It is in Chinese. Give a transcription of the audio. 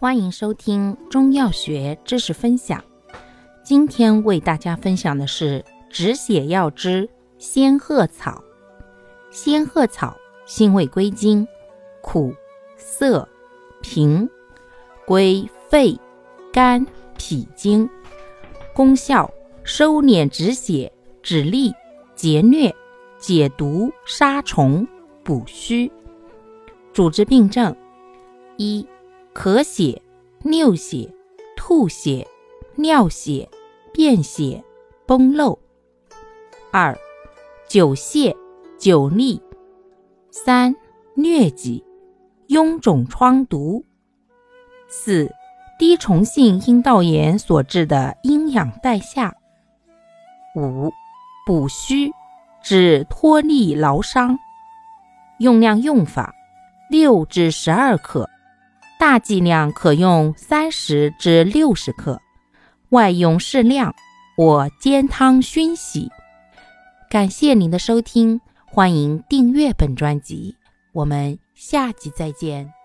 欢迎收听中药学知识分享。今天为大家分享的是止血药之仙鹤草。仙鹤草性味归经：苦、涩、平，归肺、肝、脾经。功效：收敛止血、止痢、截疟、解毒、杀虫、补虚。主治病症：一、咳血、尿血、吐血、尿血、便血、崩漏；二、久泻、久痢；三、疟疾、臃肿疮毒；四、滴虫性阴道炎所致的阴阳带下；五、补虚，治脱力劳伤。用量用法：6至12克，大剂量可用30至60克，外用适量或煎汤熏洗。感谢您的收听，欢迎订阅本专辑，我们下集再见。